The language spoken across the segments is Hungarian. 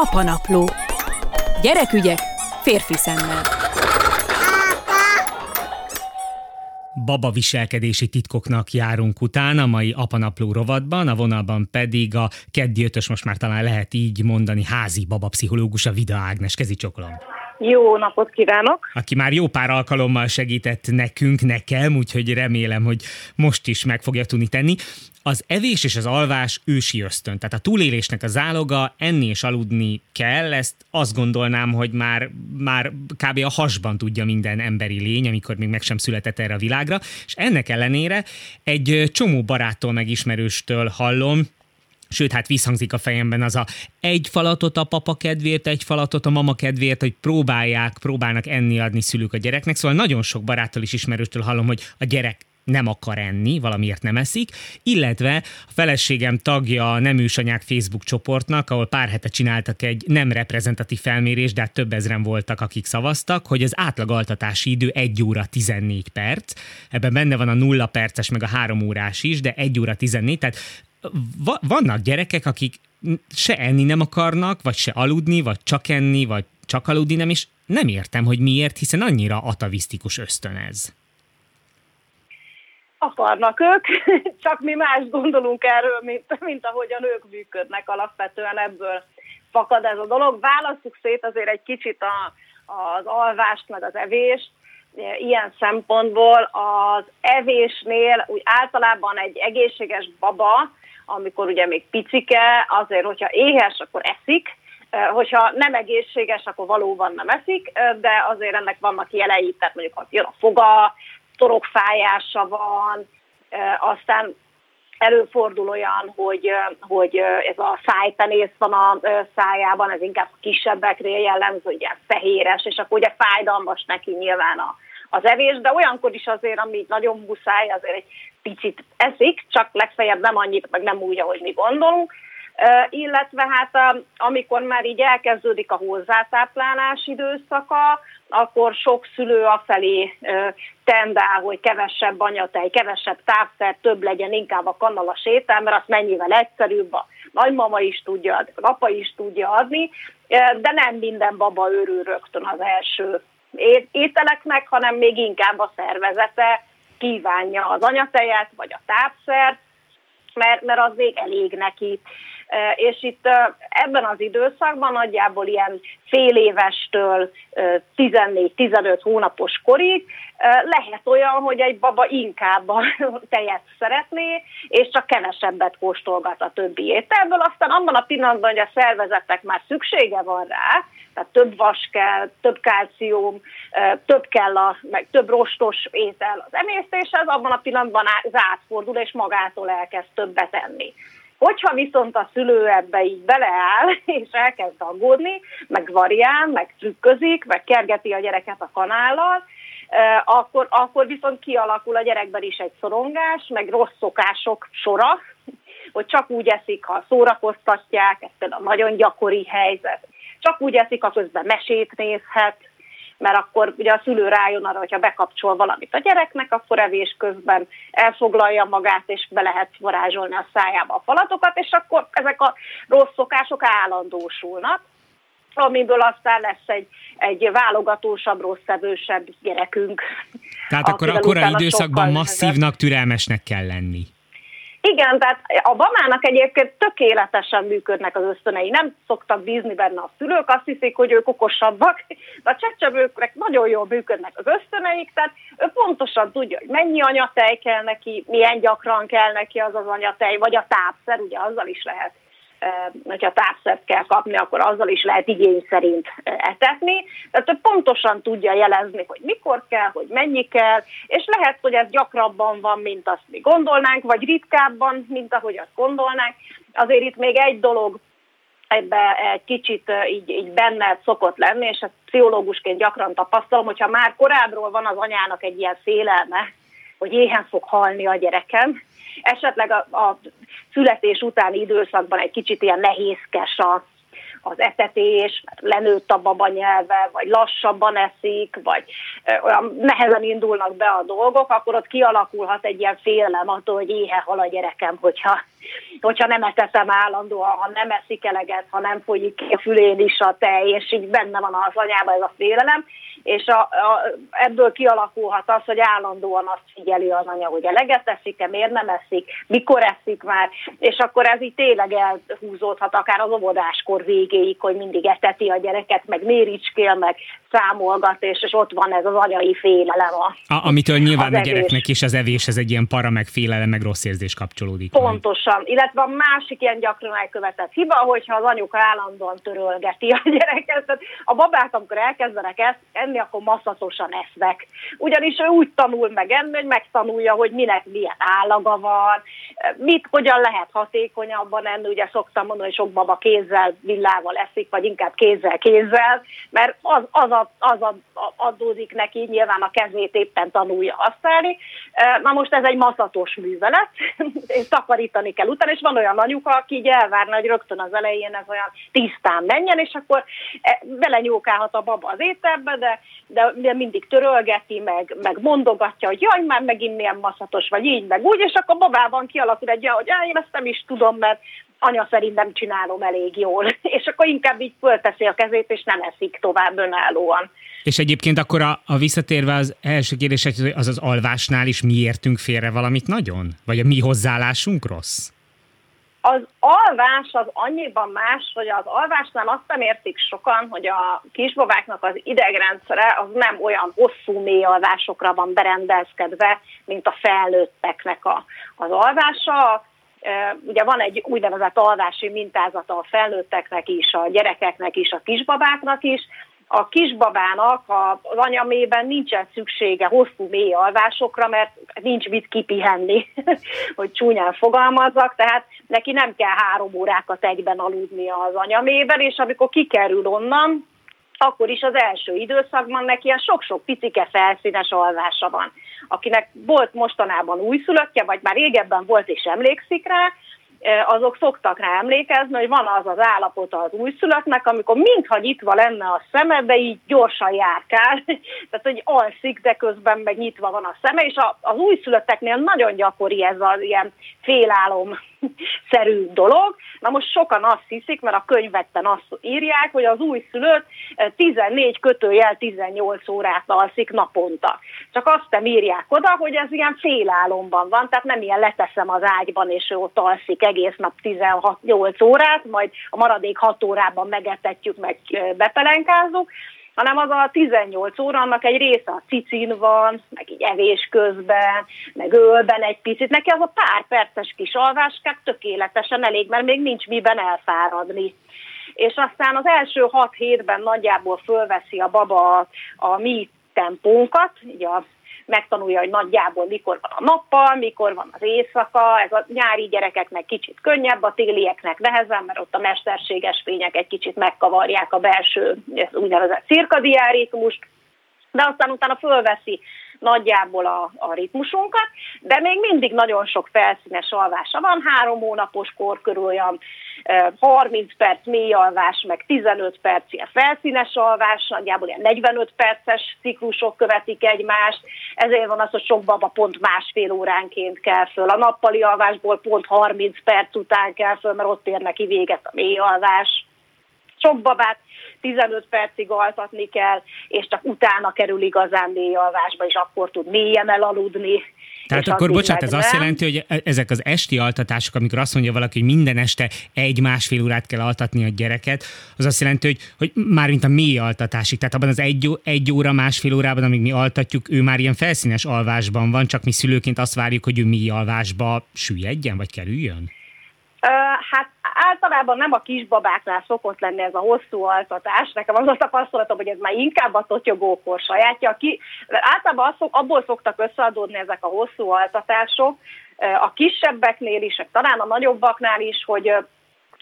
Apanapló. Gyerekügyek férfi szemmel. Baba viselkedési titkoknak járunk utána a mai Apanapló rovatban, a vonalban pedig a keddi ötös, most már talán lehet így mondani, házi babapszichológus, a Vida Ágnes. Kezi csokolom. Jó napot kívánok! Aki már jó pár alkalommal segített nekem, úgyhogy remélem, hogy most is meg fogja tudni tenni. Az evés és az alvás ősi ösztön, tehát a túlélésnek a záloga, enni és aludni kell, ezt azt gondolnám, hogy már kb. A hasban tudja minden emberi lény, amikor még meg sem született erre a világra, és ennek ellenére egy csomó baráttól, meg ismerőstől hallom, sőt, hát visszhangzik a fejemben az egy falatot a papa kedvéért, egy falatot a mama kedvéért, hogy próbálnak enni adni szülők a gyereknek. Szóval nagyon sok baráttól is ismerőstől hallom, hogy a gyerek nem akar enni, valamiért nem eszik, illetve a feleségem tagja a Neműsanyák Facebook csoportnak, ahol pár hete csináltak egy nem reprezentatív felmérést, de hát több ezren voltak, akik szavaztak, hogy az átlag altatási idő 1 óra 14 perc. Ebben benne van a 0 perces, meg a 3 órás is, de 1 óra 14, tehát vannak gyerekek, akik se enni nem akarnak, vagy se aludni, vagy csak enni, vagy csak aludni nem, és nem értem, hogy miért, hiszen annyira atavisztikus ösztön ez. Akarnak ők, csak mi más gondolunk erről, mint ahogyan ők működnek alapvetően, ebből fakad ez a dolog. Válasszuk szét azért egy kicsit az alvást, meg az evést. Ilyen szempontból az evésnél úgy általában egy egészséges baba, amikor ugye még picike, azért, hogyha éhes, akkor eszik, hogyha nem egészséges, akkor valóban nem eszik, de azért ennek vannak jelei, tehát mondjuk jön a foga, torokfájása van, aztán előfordul olyan, hogy ez a szájpenész van a szájában, ez inkább kisebbekre jellemző, ugye fehéres, és akkor ugye fájdalmas neki nyilván az evés, de olyankor is azért, ami nagyon muszáj, azért egy picit eszik, csak legfeljebb nem annyit, meg nem úgy, ahogy mi gondolunk. Illetve hát amikor már így elkezdődik a hozzátáplálás időszaka, akkor sok szülő afelé tendál, hogy kevesebb anyatej, kevesebb tápszer, több legyen inkább a kanalas étel, mert azt mennyivel egyszerűbb, a nagymama is tudja adni, az apa is tudja adni, de nem minden baba örül rögtön az első ételeknek, hanem még inkább a szervezete kívánja az anyatejet, vagy a tápszert, mert az még elég neki. És itt ebben az időszakban nagyjából ilyen fél évestől 14-15 hónapos korig lehet olyan, hogy egy baba inkább a tejet szeretné, és csak kevesebbet kóstolgat a többi ételből. Aztán abban a pillanatban, hogy a szervezetnek már szüksége van rá, tehát több vas kell, több kalcium, meg több rostos étel az emésztéshez, abban a pillanatban átfordul, és magától elkezd többet enni. Hogyha viszont a szülő ebbe így beleáll, és elkezd aggódni, meg variál, meg trükközik, meg kergeti a gyereket a kanállal, akkor viszont kialakul a gyerekben is egy szorongás, meg rossz szokások sora, hogy csak úgy eszik, ha szórakoztatják, ez például nagyon gyakori helyzet. Csak úgy eszik, ha közben mesét nézhet, mert akkor ugye a szülő rájön arra, hogyha bekapcsol valamit a gyereknek, akkor evés közben elfoglalja magát, és be lehet varázsolni a szájába a falatokat, és akkor ezek a rossz szokások állandósulnak, amiből aztán lesz egy válogatósabb, rosszevősebb gyerekünk. Tehát akkor a korai időszakban masszívnak, türelmesnek kell lenni. Igen, tehát a mamának egyébként tökéletesen működnek az ösztönei. Nem szoktak bízni benne a szülők, azt hiszik, hogy ők okosabbak, de a csecsebőknek nagyon jól működnek az ösztöneik, tehát ő pontosan tudja, hogy mennyi anyatej kell neki, milyen gyakran kell neki az anyatej, vagy a tápszer, ugye azzal is lehet, hogyha tápszert kell kapni, akkor azzal is lehet igény szerint etetni. Tehát ő pontosan tudja jelezni, hogy mikor kell, hogy mennyi kell, és lehet, hogy ez gyakrabban van, mint azt mi gondolnánk, vagy ritkábban, mint ahogy azt gondolnánk. Azért itt még egy dolog ebbe egy kicsit így benne szokott lenni, és ezt pszichológusként gyakran tapasztalom, hogyha már korábbról van az anyának egy ilyen félelme, hogy éhen fog halni a gyerekem, esetleg a születés utáni időszakban egy kicsit ilyen nehézkes az etetés, lenőtt a baba nyelve, vagy lassabban eszik, vagy olyan nehezen indulnak be a dolgok, akkor ott kialakulhat egy ilyen félelem attól, hogy éhe hal a gyerekem, hogyha nem etetem állandóan, ha nem eszik eleget, ha nem folyik ki a fülén is a tej, és így benne van az anyában ez a félelem, és ebből kialakulhat az, hogy állandóan azt figyeli az anya, hogy eleget eszik-e, miért nem eszik, mikor eszik már, és akkor ez így tényleg elhúzódhat akár az óvodáskor végéig, hogy mindig eteti a gyereket, meg méricskél, meg számolgat, és ott van ez az anyai félelem. Amitől nyilván a gyereknek is az evéshez egy ilyen para, meg félelem, meg rossz érzés kapcsolódik. Pontosan, illetve a másik ilyen gyakran elkövetett hiba, hogyha az anyuka állandóan törölgeti a gyereket. Tehát a babák, amikor elkezdenek enni, akkor masszatosan esznek. Ugyanis ő úgy tanul meg enni, hogy megtanulja, hogy minek milyen állaga van, hogyan lehet hatékonyabban enni. Ugye szoktam mondani, hogy sok baba kézzel, villával eszik, vagy inkább kézzel, mert az adódik neki, nyilván a kezét éppen tanulja használni. Na most ez egy masszatos művelet, és takarítani kell utána, és van olyan anyuka, aki így elvárna, hogy rögtön az elején ez olyan tisztán menjen, és akkor belenyókálhat a baba az ételbe, de mindig törölgeti, meg mondogatja, hogy jaj, már megint milyen masszatos, vagy így, meg úgy, és akkor babában kialakul egy olyan, hogy én ezt nem is tudom, mert anya szerint nem csinálom elég jól, és akkor inkább így fölteszi a kezét, és nem eszik tovább önállóan. És egyébként akkor a visszatérve az első kérdés, az alvásnál is mi értünk félre valamit nagyon? Vagy a mi hozzáállásunk rossz? Az alvás az annyiban más, hogy az alvásnál azt nem értik sokan, hogy a kisbabáknak az idegrendszere az nem olyan hosszú mély alvásokra van berendezkedve, mint a felnőtteknek az alvása. Ugye van egy úgynevezett alvási mintázata a felnőtteknek is, a gyerekeknek is, a kisbabáknak is. A kisbabának az anyamében nincsen szüksége hosszú mély alvásokra, mert nincs mit kipihenni, hogy csúnyán fogalmazzak, tehát neki nem kell 3 órákat egyben aludnia az anyamében, és amikor kikerül onnan, akkor is az első időszakban neki ilyen sok-sok picike felszínes alvása van. Akinek volt mostanában újszülöttje, vagy már régebben volt és emlékszik rá, azok szoktak rá emlékezni, hogy van az az állapota az újszülöttnek, amikor mintha nyitva lenne a szeme, de így gyorsan járkál, tehát hogy alszik, de közben meg nyitva van a szeme, és az újszülötteknél nagyon gyakori ez az ilyen félálom-szerű dolog. Na most sokan azt hiszik, mert a könyvekben azt írják, hogy az újszülött 14-18 órát alszik naponta. Csak azt nem írják oda, hogy ez ilyen félálomban van, tehát nem ilyen leteszem az ágyban, és ő ott alszik egész nap 18 órát, majd a maradék 6 órában megetetjük, meg bepelenkázunk, hanem az a 18 óra, annak egy része a cicin van, meg így evés közben, meg ölben egy picit. Neki az a pár perces kis alváskák tökéletesen elég, mert még nincs miben elfáradni. És aztán az első 6 hétben nagyjából fölveszi a baba a mi tempónkat, így megtanulja, hogy nagyjából mikor van a nappal, mikor van az éjszaka, ez a nyári gyerekeknek kicsit könnyebb, a télieknek nehezebb, mert ott a mesterséges fények egy kicsit megkavarják a belső úgynevezett cirkadián ritmust, de aztán utána fölveszi nagyjából a ritmusunkat, de még mindig nagyon sok felszínes alvása van, 3 hónapos kor körül olyan 30 perc mély alvás, meg 15 perc ilyen felszínes alvás, nagyjából ilyen 45 perces ciklusok követik egymást, ezért van az, hogy sok baba pont 1,5 óránként kell föl, a nappali alvásból pont 30 perc után kell föl, mert ott ér neki véget a mély alvás. Sok babát 15 percig altatni kell, és csak utána kerül igazán mély alvásba, és akkor tud mélyen elaludni. Tehát akkor, bocsánat, ez azt jelenti, hogy ezek az esti altatások, amikor azt mondja valaki, hogy minden este 1-1,5 órát kell altatni a gyereket, az azt jelenti, hogy mármint a mély altatásig, tehát abban az 1 óra, 1,5 órában, amíg mi altatjuk, ő már ilyen felszínes alvásban van, csak mi szülőként azt várjuk, hogy ő mély alvásba süllyedjen, vagy kerüljön? Hát általában nem a kisbabáknál szokott lenni ez a hosszú altatás. Nekem az a tapasztalatom, hogy ez már inkább a totyogókor sajátja. Általában abból szoktak összeadódni ezek a hosszú altatások, a kisebbeknél is, talán a nagyobbaknál is, hogy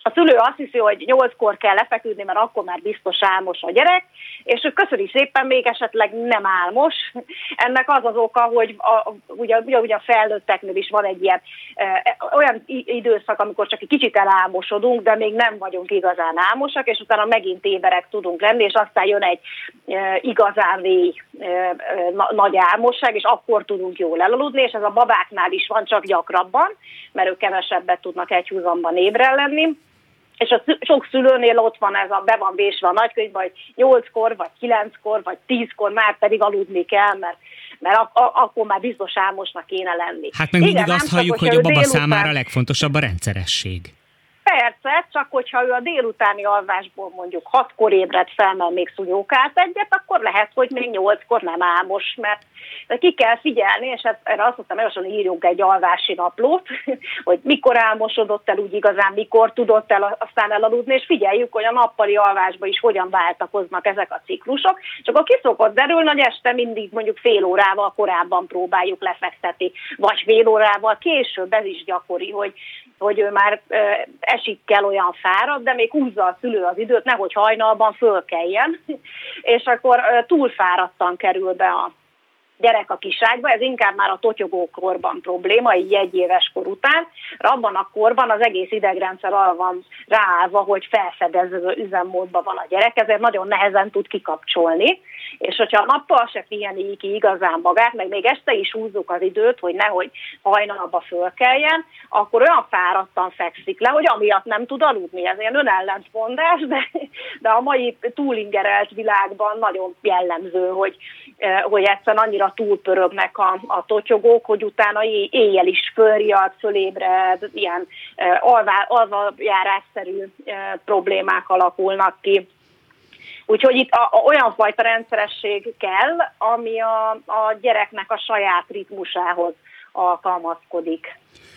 A szülő azt hiszi, hogy 8-kor kell lefeküdni, mert akkor már biztos álmos a gyerek, és ő köszöni szépen, még esetleg nem álmos. Ennek az az oka, hogy ugye a felnőtteknél is van egy ilyen olyan időszak, amikor csak egy kicsit elálmosodunk, de még nem vagyunk igazán álmosak, és utána megint éberek tudunk lenni, és aztán jön egy igazán nagy álmosság, és akkor tudunk jól elaludni, és ez a babáknál is van, csak gyakrabban, mert ők kevesebbet tudnak egyhuzamban ébren lenni. És a sok szülőnél ott van ez be van vésve a nagykönyvben, hogy 8-kor, vagy 9-kor, vagy 10-kor már pedig aludni kell, mert akkor már biztos álmosnak kéne lenni. Hát meg mindig azt halljuk, hogy a baba számára a legfontosabb a rendszeresség. Persze, csak hogyha ő a délutáni alvásból mondjuk 6-kor ébred fel, mert még szunyókált egyet, akkor lehet, hogy még 8-kor nem álmos, mert ki kell figyelni, és erre azt mondtam, hogy írjunk egy alvási naplót, hogy mikor álmosodott el úgy igazán, mikor tudott el aztán elaludni, és figyeljük, hogy a nappali alvásban is hogyan váltakoznak ezek a ciklusok, és akkor ki szokott derülni, hogy este mindig mondjuk fél órával korábban próbáljuk lefektetni, vagy fél órával később, ez is gyakori, hogy ő már esik kell olyan fáradt, de még húzza a szülő az időt, nehogy hajnalban fölkeljen, és akkor túlfáradtan kerül be a gyerek a kiságyba, ez inkább már a totyogókorban probléma, így 1 éves kor után. Abban a korban az egész idegrendszer arra van ráállva, hogy felfedező üzemmódban van a gyerek, ezért nagyon nehezen tud kikapcsolni, és hogyha a nappal se piheni ki igazán magát, meg még este is húzzuk az időt, hogy nehogy hajnalba fölkeljen, akkor olyan fáradtan fekszik le, hogy amiatt nem tud aludni. Ez ilyen önellentmondás, de a mai túlingerelt világban nagyon jellemző, hogy egyszerűen annyira túlpörögnek a totyogók, hogy utána éjjel is fölriad, fölébred, ilyen alvajárásszerű problémák alakulnak ki. Úgyhogy itt olyan fajta rendszeresség kell, ami a gyereknek a saját ritmusához alkalmazkodik.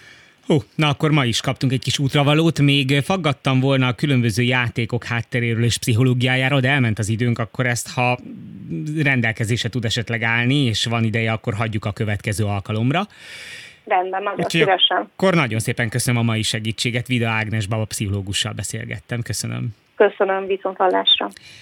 Na akkor ma is kaptunk egy kis útravalót, még faggattam volna a különböző játékok hátteréről és pszichológiájáról, de elment az időnk, akkor ezt, ha rendelkezésre tud esetleg állni, és van ideje, akkor hagyjuk a következő alkalomra. Rendben, nagyon szívesen. Akkor nagyon szépen köszönöm a mai segítséget, Vida Ágnes baba pszichológussal beszélgettem, köszönöm. Köszönöm, viszonthallásra.